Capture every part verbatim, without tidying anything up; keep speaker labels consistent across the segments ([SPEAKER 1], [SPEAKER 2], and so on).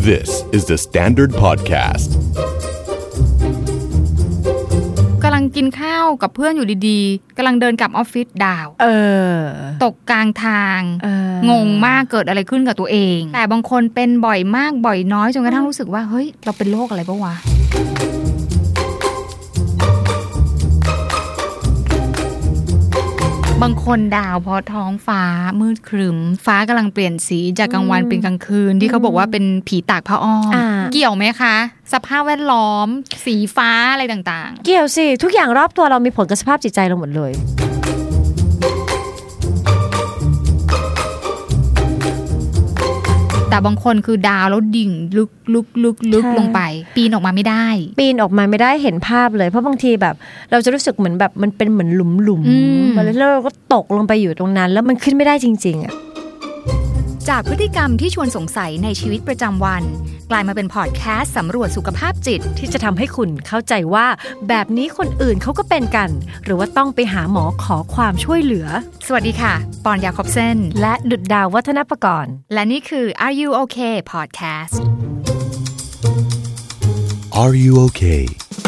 [SPEAKER 1] This is the Standard Podcast
[SPEAKER 2] กำลังกินข้าวกับเพื่อนอยู่ดีๆกำลังเดินกลับออฟฟิศดาวเออตกกลางทางงงมากเกิดอะไรขึ้นกับตัวเองแต่บางคนเป็นบ่อยมากบ่อยน้อยจนกระทั่งรู้สึกว่าเฮ้ยเราเป็นโรคอะไรปะวะบางคนดาวเพราะท้องฟ้ามืดครึ้มฟ้ากำลังเปลี่ยนสีจากกลางวันเป็นกลางคืนที่เขาบอกว่าเป็นผีตากผ้าอ้อมเกี่ยวไหมคะสภาพแวดล้อมสีฟ้าอะไรต่างๆ
[SPEAKER 3] เกี่ยวสิทุกอย่างรอบตัวเรามีผลกับสภาพจิตใจเราหมดเลย
[SPEAKER 2] แต่บางคนคือดาวแล้วดิ่งลึกลึกลึกลึกลงไปปีนออกมาไม่ได้
[SPEAKER 3] ปีนออกมาไม่ได้เห็นภาพเลยเพราะบางทีแบบเราจะรู้สึกเหมือนแบบมันเป็นเหมือนหลุมหลุมแล้วเราก็ตกลงไปอยู่ตรงนั้นแล้วมันขึ้นไม่ได้จริงๆอ่ะ
[SPEAKER 2] จากพฤติกรรมที่ชวนสงสัยในชีวิตประจำวันกลายมาเป็นพอดแคสต์สำรวจสุขภาพจิต
[SPEAKER 3] ที่จะทำให้คุณเข้าใจว่าแบบนี้คนอื่นเขาก็เป็นกันหรือว่าต้องไปหาหมอขอความช่วยเหลือ
[SPEAKER 2] สวัสดีค่ะปอนยาคอบเซน
[SPEAKER 3] และดุจดาววัฒนประกรณ์
[SPEAKER 2] และนี่คือ Are You Okay Podcast
[SPEAKER 1] Are You Okay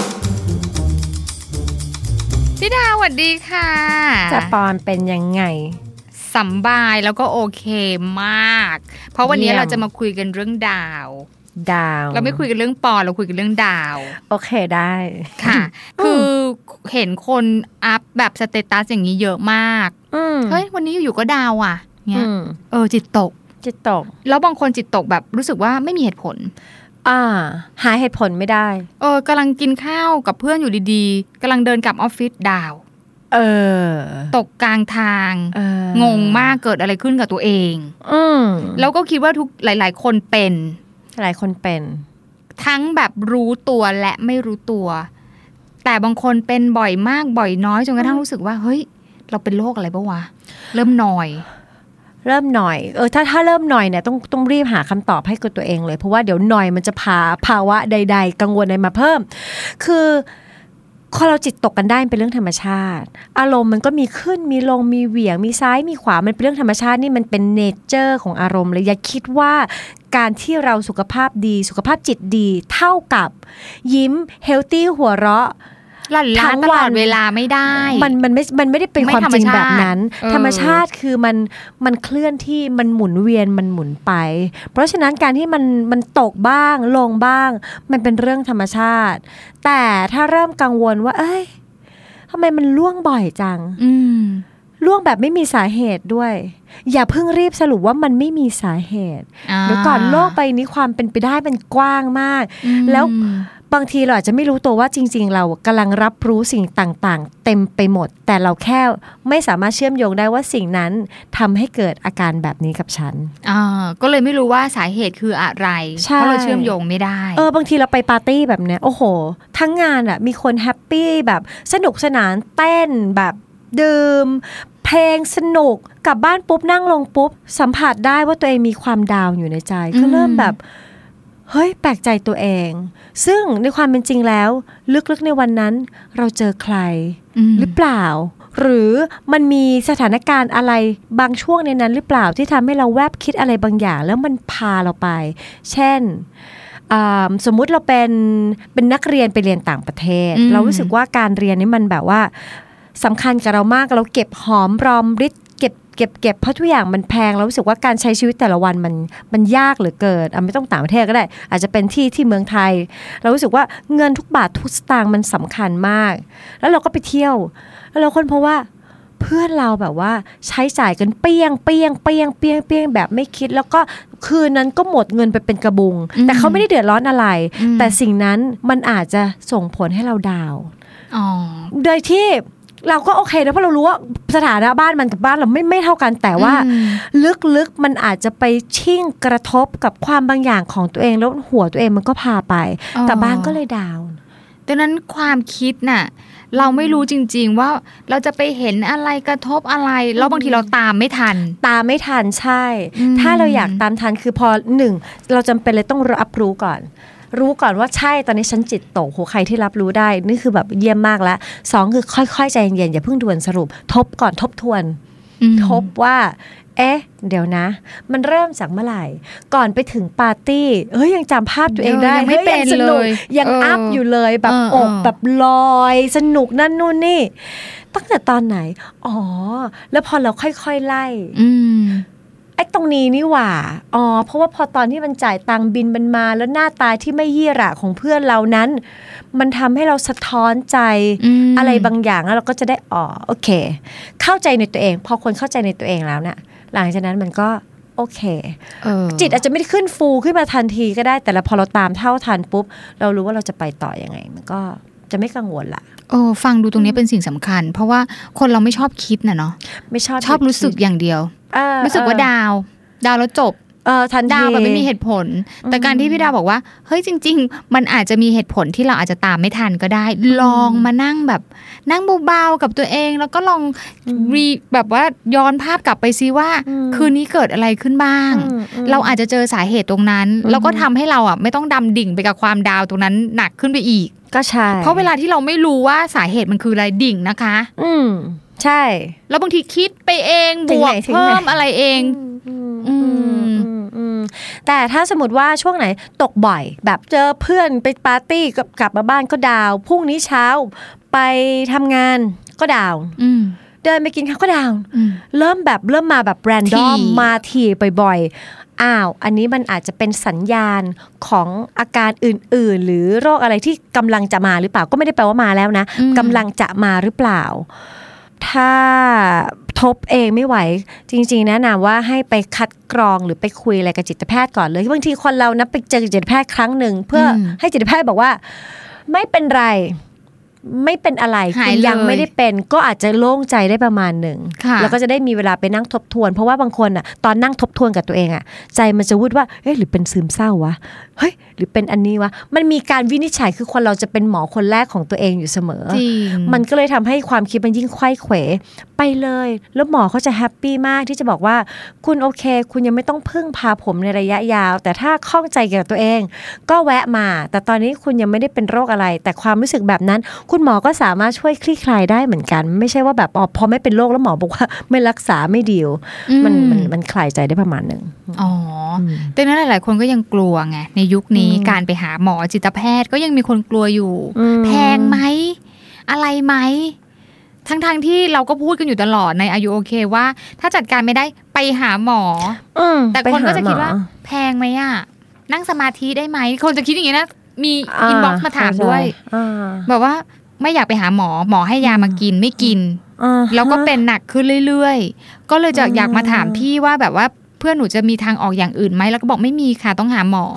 [SPEAKER 2] พี่ดาวสวัสดีค่ะ
[SPEAKER 3] จะปอนเป็นยังไง
[SPEAKER 2] สบายแล้วก็โอเคมากเพราะวันนี้เราจะมาคุยกันเรื่องดาว
[SPEAKER 3] ดาว
[SPEAKER 2] เราไม่คุยกันเรื่องปอเราคุยกันเรื่องดาว
[SPEAKER 3] โอเคได้
[SPEAKER 2] ค่ะคือเห็นคนอัพแบบสเตตัสอย่างนี้เยอะมากเฮ้ยวันนี้อยู่ๆก็ดาวอ่ะเนี่ยเออจิตตก
[SPEAKER 3] จิตตก
[SPEAKER 2] แล้วบางคนจิตตกแบบรู้สึกว่าไม่มีเหตุผล
[SPEAKER 3] อ่าหาเหตุผลไม่ได้
[SPEAKER 2] เออกำลังกินข้าวกับเพื่อนอยู่ดีๆกำลังเดินกลับออฟฟิศดาว
[SPEAKER 3] เออ
[SPEAKER 2] ตกกลางทางงงมากเกิดอะไรขึ้นกับตัวเองอืมแล้วก็คิดว่าทุกหลายๆคนเป็น
[SPEAKER 3] หลายคนเป็น
[SPEAKER 2] ทั้งแบบรู้ตัวและไม่รู้ตัวแต่บางคนเป็นบ่อยมากบ่อยน้อยจนกระทั่งรู้สึกว่าเฮ้ยเราเป็นโรคอะไรปะวะเริ่มนอย
[SPEAKER 3] เริ่มหน่อยเออถ้าถ้าเริ่มหน่อยเนี่ยต้องต้องรีบหาคำตอบให้กับตัวเองเลยเพราะว่าเดี๋ยวหน่อยมันจะพาภาวะใดๆกังวลอะไรมาเพิ่มคือพอเราจิตตกกันได้เป็นเรื่องธรรมชาติอารมณ์มันก็มีขึ้นมีลงมีเหวี่ยงมีซ้ายมีขวามันเป็นเรื่องธรรมชาตินี่มันเป็นเนเจอร์ของอารมณ์เลยอย่าคิดว่าการที่เราสุขภาพดีสุขภาพจิตดีเท่ากับยิ้มเฮลตี้หัวเราะ
[SPEAKER 2] ลั่นล้าตลอดเวลาไม่ได้
[SPEAKER 3] มันมันไม่มันไม่ได้เป็นความจริงแบบนั้นธรรมชาติคือมันมันเคลื่อนที่มันหมุนเวียนมันหมุนไปเพราะฉะนั้นการที่มันมันตกบ้างลงบ้างมันเป็นเรื่องธรรมชาติแต่ถ้าเริ่มกังวลว่าเอ้ยทำไมมันล่วงบ่อยจังล่วงแบบไม่มีสาเหตุด้วยอย่าเพิ่งรีบสรุปว่ามันไม่มีสาเหตุเดี๋ยวก่อนโลกใบนี้ความเป็นไปได้มันกว้างมากแล้วบางทีเราอาจจะไม่รู้ตัวว่าจริงๆเรากำลังรับรู้สิ่งต่างๆเต็มไปหมดแต่เราแค่ไม่สามารถเชื่อมโยงได้ว่าสิ่งนั้นทำให้เกิดอาการแบบนี้กับฉัน
[SPEAKER 2] อ่าก็เลยไม่รู้ว่าสาเหตุคืออะไรเพราะเราเชื่อมโยงไม่ได้
[SPEAKER 3] เออบางทีเราไปปาร์ตี้แบบเนี้ยโอ้โหทั้งงานอ่ะมีคนแฮปปี้แบบสนุกสนานเต้นแบบดื่มเพลงสนุกกลับบ้านปุ๊บนั่งลงปุ๊บสัมผัสได้ว่าตัวเองมีความดาวน์อยู่ในใจก็เริ่มแบบเฮ้ยแปลกใจตัวเองซึ่งในความเป็นจริงแล้วลึกๆในวันนั้นเราเจอใครหรือเปล่าหรือมันมีสถานการณ์อะไรบางช่วงในนั้นหรือเปล่าที่ทำให้เราแวบคิดอะไรบางอย่างแล้วมันพาเราไปเช่นสมมุติเราเป็นเป็นนักเรียนไปเรียนต่างประเทศเรารู้สึกว่าการเรียนนี่มันแบบว่าสำคัญกับเรามากเราเก็บหอมรอมริบเก็บเก็บเก็บเพราะทุกอย่างมันแพงเรารู้สึกว่าการใช้ชีวิตแต่ละวันมันมันยากเหลือเกินอ่ะไม่ต้องต่างประเทศก็ได้อาจจะเป็นที่ที่เมืองไทยเรารู้สึกว่าเงินทุกบาททุกสตางค์มันสำคัญมากแล้วเราก็ไปเที่ยวแล้วเราค้นพบว่าเพื่อนเราแบบว่าใช้จ่ายกันเปี้ยงเปี้ยงเปี้ยงเปี้ยงเปี้ยงแบบไม่คิดแล้วก็คืนนั้นก็หมดเงินไปเป็นกระบุงแต่เขาไม่ได้เดือดร้อนอะไรแต่สิ่งนั้นมันอาจจะส่งผลให้เราดาวน์โดยที่เราก็โอเคนะเพราะเรารู้ว่าสถานะบ้านมันกับบ้านเราไม่ไม่เท่ากันแต่ว่าลึกๆมันอาจจะไปชิ่งกระทบกับความบางอย่างของตัวเองแล้วหัวตัวเองมันก็พาไปแต่บ้านก็เลยดาวน์
[SPEAKER 2] ดังนั้นความคิดน่ะเราไม่รู้จริงๆว่าเราจะไปเห็นอะไรกระทบอะไรแล้วบางทีเราตามไม่ทัน
[SPEAKER 3] ตามไม่ทันใช่ถ้าเราอยากตามทันคือพอหนึ่งเราจำเป็นเลยต้องรับรู้ก่อนรู้ก่อนว่าใช่ตอนนี้ฉันจิตตกโหใครที่รับรู้ได้นี่คือแบบเยี่ยมมากแล้วสองคือค่อยๆใจเย็นๆอย่าเพิ่งด่วนสรุปทบก่อนทบทวนทบว่าเอ๊ะเดี๋ยวนะมันเริ่มจากเมื่อไหร่ก่อนไปถึงปาร์ตี้เฮ้ยยังจำภาพตัวเองได้
[SPEAKER 2] ยังไม่เป็นเลย
[SPEAKER 3] ยังอัพอยู่เลยแบบอกแบบลอยสนุกนั่นนู่นนี่ตั้งแต่ตอนไหนอ๋อแล้วพอเราค่อยๆไล่ไอ้ตรงนี้นี่หว่าอ๋อเพราะว่าพอตอนที่มันจ่ายตังค์บินมันมาแล้วหน้าตาที่ไม่ยี่หร่าของเพื่อนเรานั้นมันทำให้เราสะท้อนใจ อ, อะไรบางอย่างแล้วเราก็จะได้อ๋อโอเคเข้าใจในตัวเองพอคนเข้าใจในตัวเองแล้วเนี่ยหลังจากนั้นมันก็โอเคจิตอาจจะไม่ได้ขึ้นฟูขึ้นมาทันทีก็ได้แต่ละพอเราตามเท่าทันปุ๊บเรารู้ว่าเราจะไปต่อยังไงมันก็จะไม่กังวลละ
[SPEAKER 2] โอ้ฟังดูตรงนี้เป็นสิ่งสำคัญเพราะว่าคนเราไม่ชอบคิดนะเนาะ
[SPEAKER 3] ไม่ชอบ
[SPEAKER 2] ชอบรู้สึกอย่างเดียวรู้สึกว่าดาวดาวแล้วจบ
[SPEAKER 3] เออทันที
[SPEAKER 2] ดาวแบบไม่มีเหตุผลแต่การที่พี่ดาวบอกว่าเฮ้ยจริงๆมันอาจจะมีเหตุผลที่เราอาจจะตามไม่ทันก็ได้ลองมานั่งแบบนั่งเบาๆกับตัวเองแล้วก็ลองรีแบบว่าย้อนภาพกลับไปซิว่าคืนนี้เกิดอะไรขึ้นบ้างเราอาจจะเจอสาเหตุตรงนั้นแล้วก็ทำให้เราอ่ะไม่ต้องดำดิ่งไปกับความดาวตรงนั้นหนักขึ้นไปอีก
[SPEAKER 3] ก็ใช่
[SPEAKER 2] เพราะเวลาที่เราไม่รู้ว่าสาเหตุมันคืออะไรดิ่งนะคะ
[SPEAKER 3] อืมใช่
[SPEAKER 2] แล้วบางทีคิดไปเองบวกเพิ่มอะไรเอง
[SPEAKER 3] แต่ถ้าสมมติว่าช่วงไหนตกบ่อยแบบเจอเพื่อนไปปาร์ตี้กลับมาบ้านก็ดาวพรุ่งนี้เช้าไปทำงานก็ดาวเดินไปกินข้าวก็ดาวเริ่มแบบเริ่มมาแบบแรนดอมมาทีบ่อยๆอ้าวอันนี้มันอาจจะเป็นสัญญาณของอาการอื่นๆหรือโรคอะไรที่กำลังจะมาหรือเปล่าก็ไม่ได้แปลว่ามาแล้วนะกำลังจะมาหรือเปล่าถ้าทบเองไม่ไหวจริงๆแนะนำว่าให้ไปคัดกรองหรือไปคุยอะไรกับจิตแพทย์ก่อนเลยบางทีคนเรานับไปเจอจิตแพทย์ครั้งหนึ่งเพื่อให้จิตแพทย์บอกว่าไม่เป็นไรไม่เป็นอะไรคุณยังไม่ได้เป็นก็อาจจะโล่งใจได้ประมาณหนึ่งแล้วก็จะได้มีเวลาไปนั่งทบทวนเพราะว่าบางคนอ่ะตอนนั่งทบทวนกับตัวเองอ่ะใจมันจะวุ่นว่าเอ๊ะหรือเป็นซึมเศร้าวะเฮ้ยหรือเป็นอันนี้วะมันมีการวินิจฉัยคือคนเราจะเป็นหมอคนแรกของตัวเองอยู่เสมอมันก็เลยทำให้ความคิดมันยิ่งไขว้เขวไปเลยแล้วหมอเขาจะแฮปปี้มากที่จะบอกว่าคุณโอเคคุณยังไม่ต้องพึ่งพาผมในระยะยาวแต่ถ้าข้องใจเกี่ยวกับตัวเองก็แวะมาแต่ตอนนี้คุณยังไม่ได้เป็นโรคอะไรแต่ความรู้สึกแบบนั้นคุณหมอก็สามารถช่วยคลี่คลายได้เหมือนกันไม่ใช่ว่าแบบอ๋อพอไม่เป็นโรคแล้วหมอบอกว่าไม่รักษาไม่ดีลมันมันมันคลายใจได้ประมาณนึง
[SPEAKER 2] อ๋อแต่นั้นหลายๆคนก็ยังกลัวไงในยุคนี้การไปหาหมอจิตแพทย์ก็ยังมีคนกลัวอยู่แพงไหมอะไรไหมทั้งๆที่เราก็พูดกันอยู่ตลอดในอายุโอเคว่าถ้าจัดการไม่ได้ไปหาหมอแต่คนก็จะคิดว่าแพงไหมอ่ะนั่งสมาธิได้ไหมคนจะคิดอย่างนี้นะมีอินบ็อกซ์มาถามด้วยแบบว่าไม่อยากไปหาหมอหมอให้ยามากินไม่กินแล้วก็เป็นหนักขึ้นเรื่อยๆก็เลยจะอยากมาถามพี่ว่าแบบว่าเพื่อนหนูจะมีทางออกอย่างอื่นไหมแล้วก็บอกไม่มีค่ะต้องหาหมอ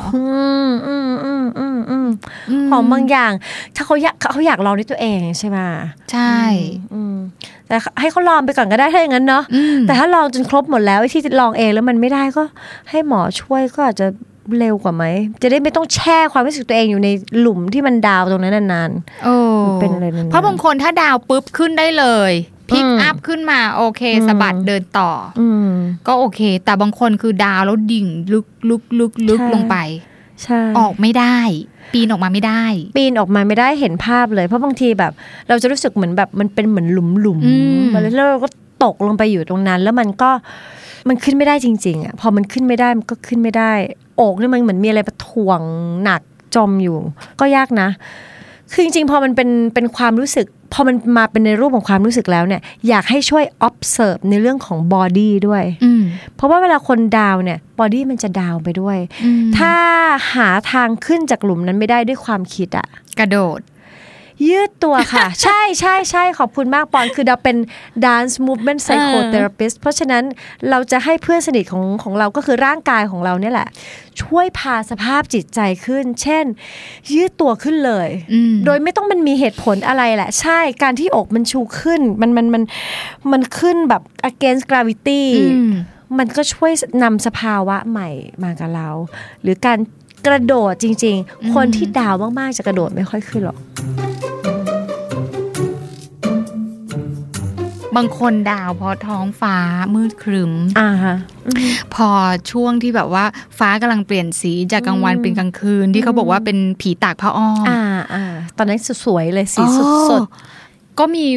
[SPEAKER 3] ของบางอย่างถ้าเขาอยากเขาอยากลองด้วยตัวเองใช่ไหม
[SPEAKER 2] ใช่
[SPEAKER 3] แต่ให้เขาลองไปก่อนก็ได้ถ้าอย่างนั้นเนาะแต่ถ้าลองจนครบหมดแล้วที่ลองเองแล้วมันไม่ได้ก็ให้หมอช่วยก็อาจจะเร็วกว่าไหมจะได้ไม่ต้องแช่ความรู้สึกตัวเองอยู่ในหลุมที่มันดาวตรงนั้นนาน
[SPEAKER 2] ๆโอ้เป็นอะไรนั่นเพราะบางคนถ้าดาวปุ๊บขึ้นได้เลยพิกอัพขึ้นมาโอเคสะบัดเดินต่อก็โอเคแต่บางคนคือดาวแล้วดิ่งลึกลึกลึกลึกลงไปออกไม่ได้ปีนออกมาไม่ได้
[SPEAKER 3] ปีนออกมาไม่ได้เห็นภาพเลยเพราะบางทีแบบเราจะรู้สึกเหมือนแบบมันเป็นเหมือนหลุมหลุมแล้วเราก็ตกลงไปอยู่ตรงนั้นแล้วมันก็มันขึ้นไม่ได้จริงๆอ่ะพอมันขึ้นไม่ได้มันก็ขึ้นไม่ได้อกนี่มันเหมือนมีอะไรมาถ่วงหนักจมอยู่ก็ยากนะคือจริงๆพอมันเป็นเป็นความรู้สึกพอมันมาเป็นในรูปของความรู้สึกแล้วเนี่ยอยากให้ช่วย observe ในเรื่องของ body ด้วยเพราะว่าเวลาคนดาวเนี่ย body มันจะดาวไปด้วยถ้าหาทางขึ้นจากหลุมนั้นไม่ได้ด้วยความคิดอะ
[SPEAKER 2] กระโดด
[SPEAKER 3] ยืดตัวค่ะ ใช่ใช่ใช่ขอบคุณมากปอนคือเราเป็น dance movement psychotherapist เพราะฉะนั้นเราจะให้เพื่อนสนิทของของเราก็คือร่างกายของเราเนี่ยแหละช่วยพาสภาพจิตใจขึ้นเช่นยืดตัวขึ้นเลยโดยไม่ต้องมันมีเหตุผลอะไรแหละใช่การที่อกมันชูขึ้นมันมันมันมันขึ้นแบบ against gravity มันก็ช่วยนำสภาวะใหม่มากับเราหรือการกระโดดจริงๆคนที่ดาวมากๆจะกระโดดไม่ค่อยขึ้นหรอก
[SPEAKER 2] บางคนดาวเพราะท้องฟ้ามืดครึ้ม
[SPEAKER 3] อ่าฮะ
[SPEAKER 2] พอช่วงที่แบบว่าฟ้ากำลังเปลี่ยนสีจากกลางวันเป็นกลางคืนที่เขาบอกว่าเป็นผีตากผ้าอ้อม
[SPEAKER 3] อ่าอ่าตอนนั้นสวยๆเลยสีสด
[SPEAKER 2] ๆก็มี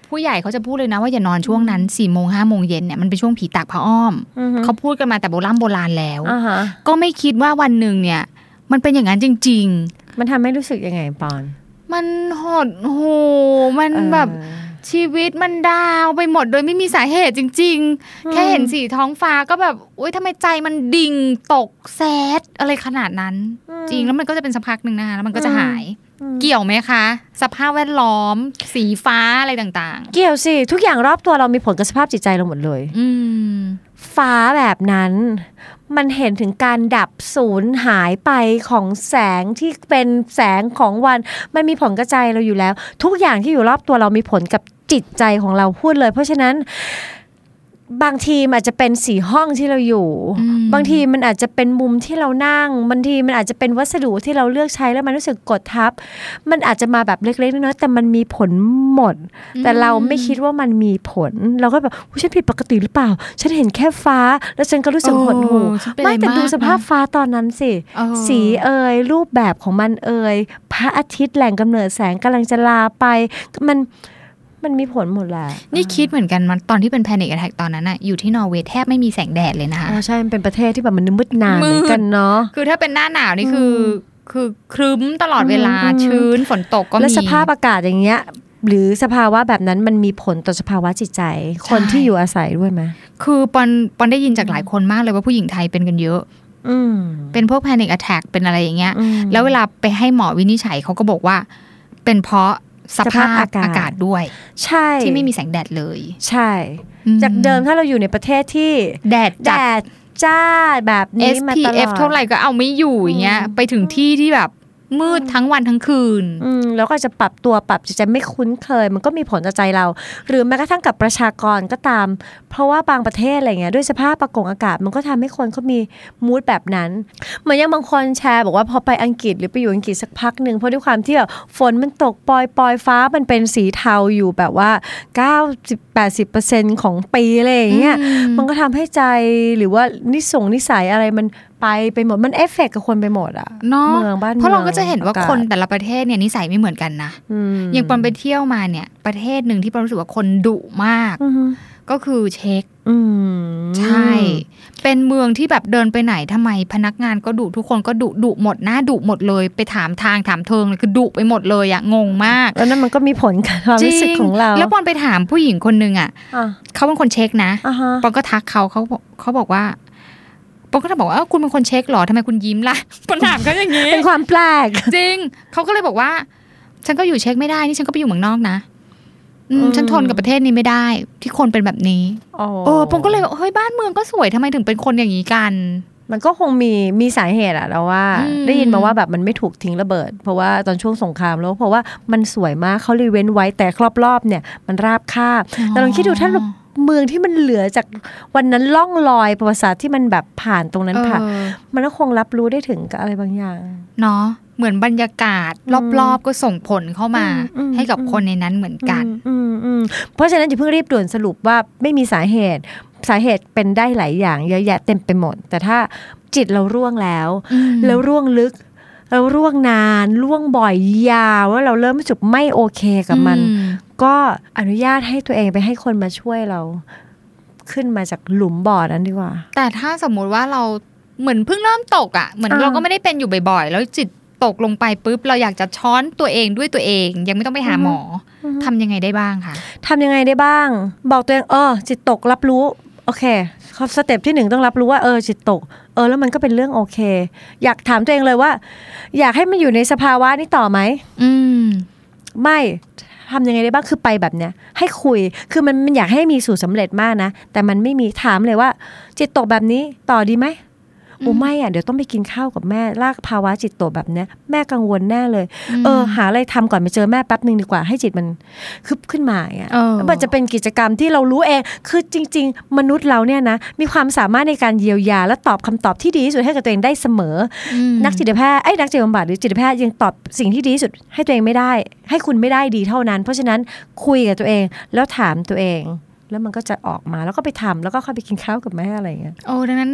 [SPEAKER 2] ผู้ใหญ่เขาจะพูดเลยนะว่าอย่านอนช่วงนั้นสี่โมงห้าโมงเย็นเนี่ยมันเป็นช่วงผีตากผ้าอ้อมเขาพูดกันมาแต่โบราณโบราณแล้ว
[SPEAKER 3] uh-huh.
[SPEAKER 2] ก็ไม่คิดว่าวันหนึ่งเนี่ยมันเป็นอย่างนั้นจริงๆ
[SPEAKER 3] มันทำให้รู้สึกยังไงปอน
[SPEAKER 2] มันหดหูมันแบบชีวิตมันดาวไปหมดโดยไม่มีสาเหตุจริงๆแค่เห็นสีท้องฟ้าก็แบบอุ๊ยทำไมใจมันดิ่งตกแซดอะไรขนาดนั้นจริงแล้วมันก็จะเป็นสักพักนึงนะคะแล้วมันก็จะหายเกี่ยวไหมคะสภาพแวดล้อมสีฟ้าอะไรต่าง
[SPEAKER 3] ๆเกี่ยวสิทุกอย่างรอบตัวเรามีผลกับสภาพจิตใจเราหมดเลยฟ้าแบบนั้นมันเห็นถึงการดับสูญหายไปของแสงที่เป็นแสงของวันมันมีผลกับใจเราอยู่แล้วทุกอย่างที่อยู่รอบตัวเรามีผลกับจิตใจของเราพูดเลยเพราะฉะนั้นบางทีมันอาจจะเป็นสีห้องที่เราอยู่บางทีมันอาจจะเป็นมุมที่เรานั่งบางทีมันอาจจะเป็นวัสดุที่เราเลือกใช้แล้วมันรู้สึกกดทับมันอาจจะมาแบบเล็กๆน้อยๆแต่มันมีผลหมดแต่เราไม่คิดว่ามันมีผลเราก็แบบฉันผิดปกติหรือเปล่าฉันเห็นแค่ฟ้าแล้วฉันก็รู้สึกหดหู่ไม่แต่ดูสภาพฟ้าตอนนั้นสิสีเอ่ยรูปแบบของมันเอ่ยพระอาทิตย์แหล่งกำเนิดแสงกำลังจะลาไปมันมันมีผลหมดแหละ
[SPEAKER 2] นี่คิดเหมือนกันมันตอนที่เป็น Panic Attack ตอนนั้นน่ะอยู่ที่นอร์เวย์แทบไม่มีแสงแดดเลยนะคะ
[SPEAKER 3] อ๋อใช่มันเป็นประเทศที่แบบมันมืดนานเหมือนกันเนาะ
[SPEAKER 2] คือถ้าเป็นหน้าหนาวนี่คือคือครึ้มตลอดเวลาชื้นฝนตกก็มี
[SPEAKER 3] และสภาพอากาศอย่างเงี้ยหรือสภาวะแบบนั้นมันมีผลต่อสภาวะจิตใจคนที่อยู่อาศัยด้วยไหม
[SPEAKER 2] คือปอนปอนได้ยินจากหลายคนมากเลยว่าผู้หญิงไทยเป็นกันเยอะเป็นพวก Panic Attack เป็นอะไรอย่างเงี้ยแล้วเวลาไปให้หมอวินิจฉัยเขาก็บอกว่าเป็นเพราะสภาพอากาศ, อากาศด้วย
[SPEAKER 3] ใช่
[SPEAKER 2] ที่ไม่มีแสงแดดเลย
[SPEAKER 3] ใช่จากเดิมถ้าเราอยู่ในประเทศที่
[SPEAKER 2] แดดจัด
[SPEAKER 3] จ้าแบบนี้มาตลอด
[SPEAKER 2] เอส พี เอฟ เท่าไหร่ก็เอาไม่อยู่อย่างเงี้ยไปถึงที่ที่แบบมืดทั้งวันทั้งคืน
[SPEAKER 3] อืมแล้วก็จะปรับตัวปรับจิตใจไม่คุ้นเคยมันก็มีผลต่อใจเราหรือแม้กระทั่งกับประชากรก็ตามเพราะว่าบางประเทศอะไรเงี้ยด้วยสภาพอากาศอากาศมันก็ทำให้คนเขามีมูดแบบนั้นเหมือนอย่างบางคนแชร์บอกว่าพอไปอังกฤษหรือไปอยู่อังกฤษสักพักนึงเพราะด้วยความที่แบบฝนมันตกปล่อยๆฟ้ามันเป็นสีเทาอยู่แบบว่า เก้าสิบ แปดสิบเปอร์เซ็นต์ ของปีอะไรอย่างเงี้ยมันก็ทำให้ใจหรือว่านิสงนิสัยอะไรมันไปไปหมดมันเอฟเฟกต์กับคนไปหมดอ่ะเมืองบ้าน
[SPEAKER 2] เพราะเราก็จะเห็นว่าคนแต่ละประเทศเนี่ยนิสัยไม่เหมือนกันนะอย่างปอนไปเที่ยวมาเนี่ยประเทศหนึ่งที่ปอนรู้สึกว่าคนดุมากก็คือเช็กใช่เป็นเมืองที่แบบเดินไปไหนทำไมพนักงานก็ดุทุกคนก็ดุดุหมดหน้าดุหมดเลยไปถามทางถามเทิงเลยคือดุไปหมดเลยอะงงมาก
[SPEAKER 3] แล้วนั่นมันก็มีผลกับความรู้สึกของเรา
[SPEAKER 2] แล้วปอนไปถามผู้หญิงคนนึงอะเขาเป็นคนเช็กนะปอนก็ทักเขาเขาเขาบอกว่าปอนก็บอกว่าคุณเป็นคนเช็คหรอทำไมคุณยิ้มล่ะปอนถามเขาอย่างนี้
[SPEAKER 3] เป็นความแปลก
[SPEAKER 2] จริงเขาก็เลยบอกว่าฉันก็อยู่เช็คไม่ได้นี่ฉันก็ไปอยู่เมืองนอกนะฉันทนกับประเทศนี้ไม่ได้ที่คนเป็นแบบนี้โอ้ปอนก็เลยบอกเฮ้ยบ้านเมืองก็สวยทำไมถึงเป็นคนอย่างนี้กัน
[SPEAKER 3] มันก็คงมีมีสาเหตุอะเราว่าได้ยินมาว่าแบบมันไม่ถูกทิ้งระเบิดเพราะว่าตอนช่วงสงครามแล้วเพราะว่ามันสวยมากเขารีเว้นไว้แต่รอบๆเนี่ยมันราบคาบแต่ลองคิดดูถ้าเมืองที่มันเหลือจากวันนั้นล่องลอยประวัติศาสตร์ที่มันแบบผ่านตรงนั้นค่ะมันก็คงรับรู้ได้ถึงกับอะไรบางอย่าง
[SPEAKER 2] เนาะเหมือนบรรยากาศรอบๆก็ส่งผลเข้ามาให้กับคนในนั้นเหมือนกัน
[SPEAKER 3] เพราะฉะนั้นอย่าเพิ่งรีบด่วนสรุปว่าไม่มีสาเหตุสาเหตุเป็นได้หลายอย่างเยอะแยะเต็มไปหมดแต่ถ้าจิตเราร่วงแล้วแล้วร่วงลึกแล้วร่วงนานร่วงบ่อยยาวว่าเราเริ่มรู้สึกไม่โอเคกับมันก็อนุญาตให้ตัวเองไปให้คนมาช่วยเราขึ้นมาจากหลุมบ่อนั้นดีกว่า
[SPEAKER 2] แต่ถ้าสมมุติว่าเราเหมือนเพิ่งเริ่มตกอ่ะเหมือนเราก็ไม่ได้เป็นอยู่บ่อยๆแล้วจิตตกลงไปปุ๊บเราอยากจะช้อนตัวเองด้วยตัวเองยังไม่ต้องไปหาหมอทำยังไงได้บ้างคะ
[SPEAKER 3] ทำยังไงได้บ้างบอกตัวเองเออจิตตกรับรู้โอเคสเต็ปที่หนึ่งต้องรับรู้ว่าเออจิตตกเออแล้วมันก็เป็นเรื่องโอเคอยากถามตัวเองเลยว่าอยากให้มันอยู่ในสภาวะนี้ต่อไหมอืมไม่ทำยังไงได้บ้างคือไปแบบเนี้ยให้คุยคือมันมันอยากให้มีสูตรสำเร็จมากนะแต่มันไม่มีถามเลยว่าจิตตกแบบนี้ต่อดีไหมโอ้ไม่อ่ะเดี๋ยวต้องไปกินข้าวกับแม่ลากภาวะจิตตกแบบเนี้ยแม่กังวลแน่เลยเออหาอะไรทำก่อนไปเจอแม่แป๊บนึงดีกว่าให้จิตมันคึบขึ้นมาอ่ะมันจะเป็นกิจกรรมที่เรารู้เองคือจริงๆมนุษย์เราเนี่ยนะมีความสามารถในการเยียวยาและตอบคำตอบที่ดีที่สุดให้กับตัวเองได้เสมอนักจิตแพทย์ไอ้นักจิตบำบัดหรือจิตแพทย์ยังตอบสิ่งที่ดีที่สุดให้ตัวเองไม่ได้ให้คุณไม่ได้ดีเท่านั้นเพราะฉะนั้นคุยกับตัวเองแล้วถามตัวเองแล้วมันก็จะออกมาแล้วก็ไปทำแล้วก็ค่อยไปกินข้าวกับแม่อะไรอย่างเงี้ย
[SPEAKER 2] โอ้ดังนั้น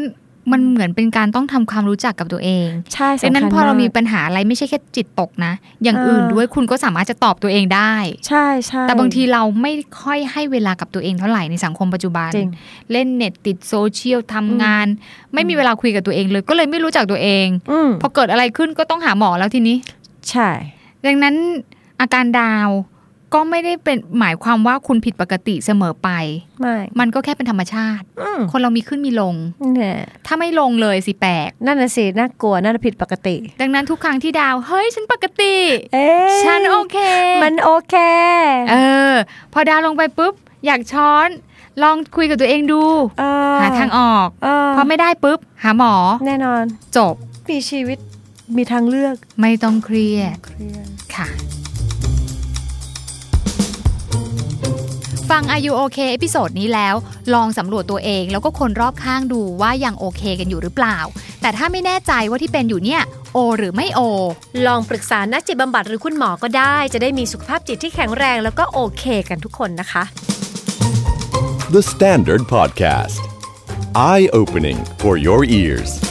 [SPEAKER 2] มันเหมือนเป็นการต้องทำความรู้จักกับตัวเอง
[SPEAKER 3] ใช่
[SPEAKER 2] ดังนั้นพอเรามีปัญหาอะไรไม่ใช่แค่จิตตกนะอย่างอื่นด้วยคุณก็สามารถจะตอบตัวเองได้
[SPEAKER 3] ใช่ใช่
[SPEAKER 2] แต่บางทีเราไม่ค่อยให้เวลากับตัวเองเท่าไหร่ในสังคมปัจจุบันเล่นเน็ตติดโซเชียลทำงานไม่มีเวลาคุยกับตัวเองเลยก็เลยไม่รู้จักตัวเองพอเกิดอะไรขึ้นก็ต้องหาหมอแล้วทีนี้
[SPEAKER 3] ใช่
[SPEAKER 2] ดังนั้นอาการดาวก็ไม่ได้เป็นหมายความว่าคุณผิดปกติเสมอไป
[SPEAKER 3] ไม่
[SPEAKER 2] มันก็แค่เป็นธรรมชาติคนเรามีขึ้นมีลง
[SPEAKER 3] เนี่ย
[SPEAKER 2] ถ้าไม่ลงเลยสิแปลก
[SPEAKER 3] นั่นน่ะสิน่ากลัวน่าผิดปกติ
[SPEAKER 2] ดังนั้นทุกครั้งที่ดาวเฮ้ยฉันปกติฉันโอเค
[SPEAKER 3] มันโอเค
[SPEAKER 2] เออพอดาวลงไปปุ๊บอยากช้อนลองคุยกับตัวเองดูหาทางออกพอไม่ได้ปุ๊บหาหมอ
[SPEAKER 3] แน่นอน
[SPEAKER 2] จบ
[SPEAKER 3] มีชีวิตมีทางเลือก
[SPEAKER 2] ไม่ต้องเครียดค่ะฟัง Are You Okay เอพิโซดนี้แล้วลองสำรวจตัวเองแล้วก็คนรอบข้างดูว่ายังโอเคกันอยู่หรือเปล่าแต่ถ้าไม่แน่ใจว่าที่เป็นอยู่เนี่ยโอหรือไม่โอ
[SPEAKER 3] ลองปรึกษานักจิตบำบัดหรือคุณหมอก็ได้จะได้มีสุขภาพจิตที่แข็งแรงแล้วก็โอเคกันทุกคนนะคะ
[SPEAKER 1] The Standard Podcast Eye Opening for Your Ears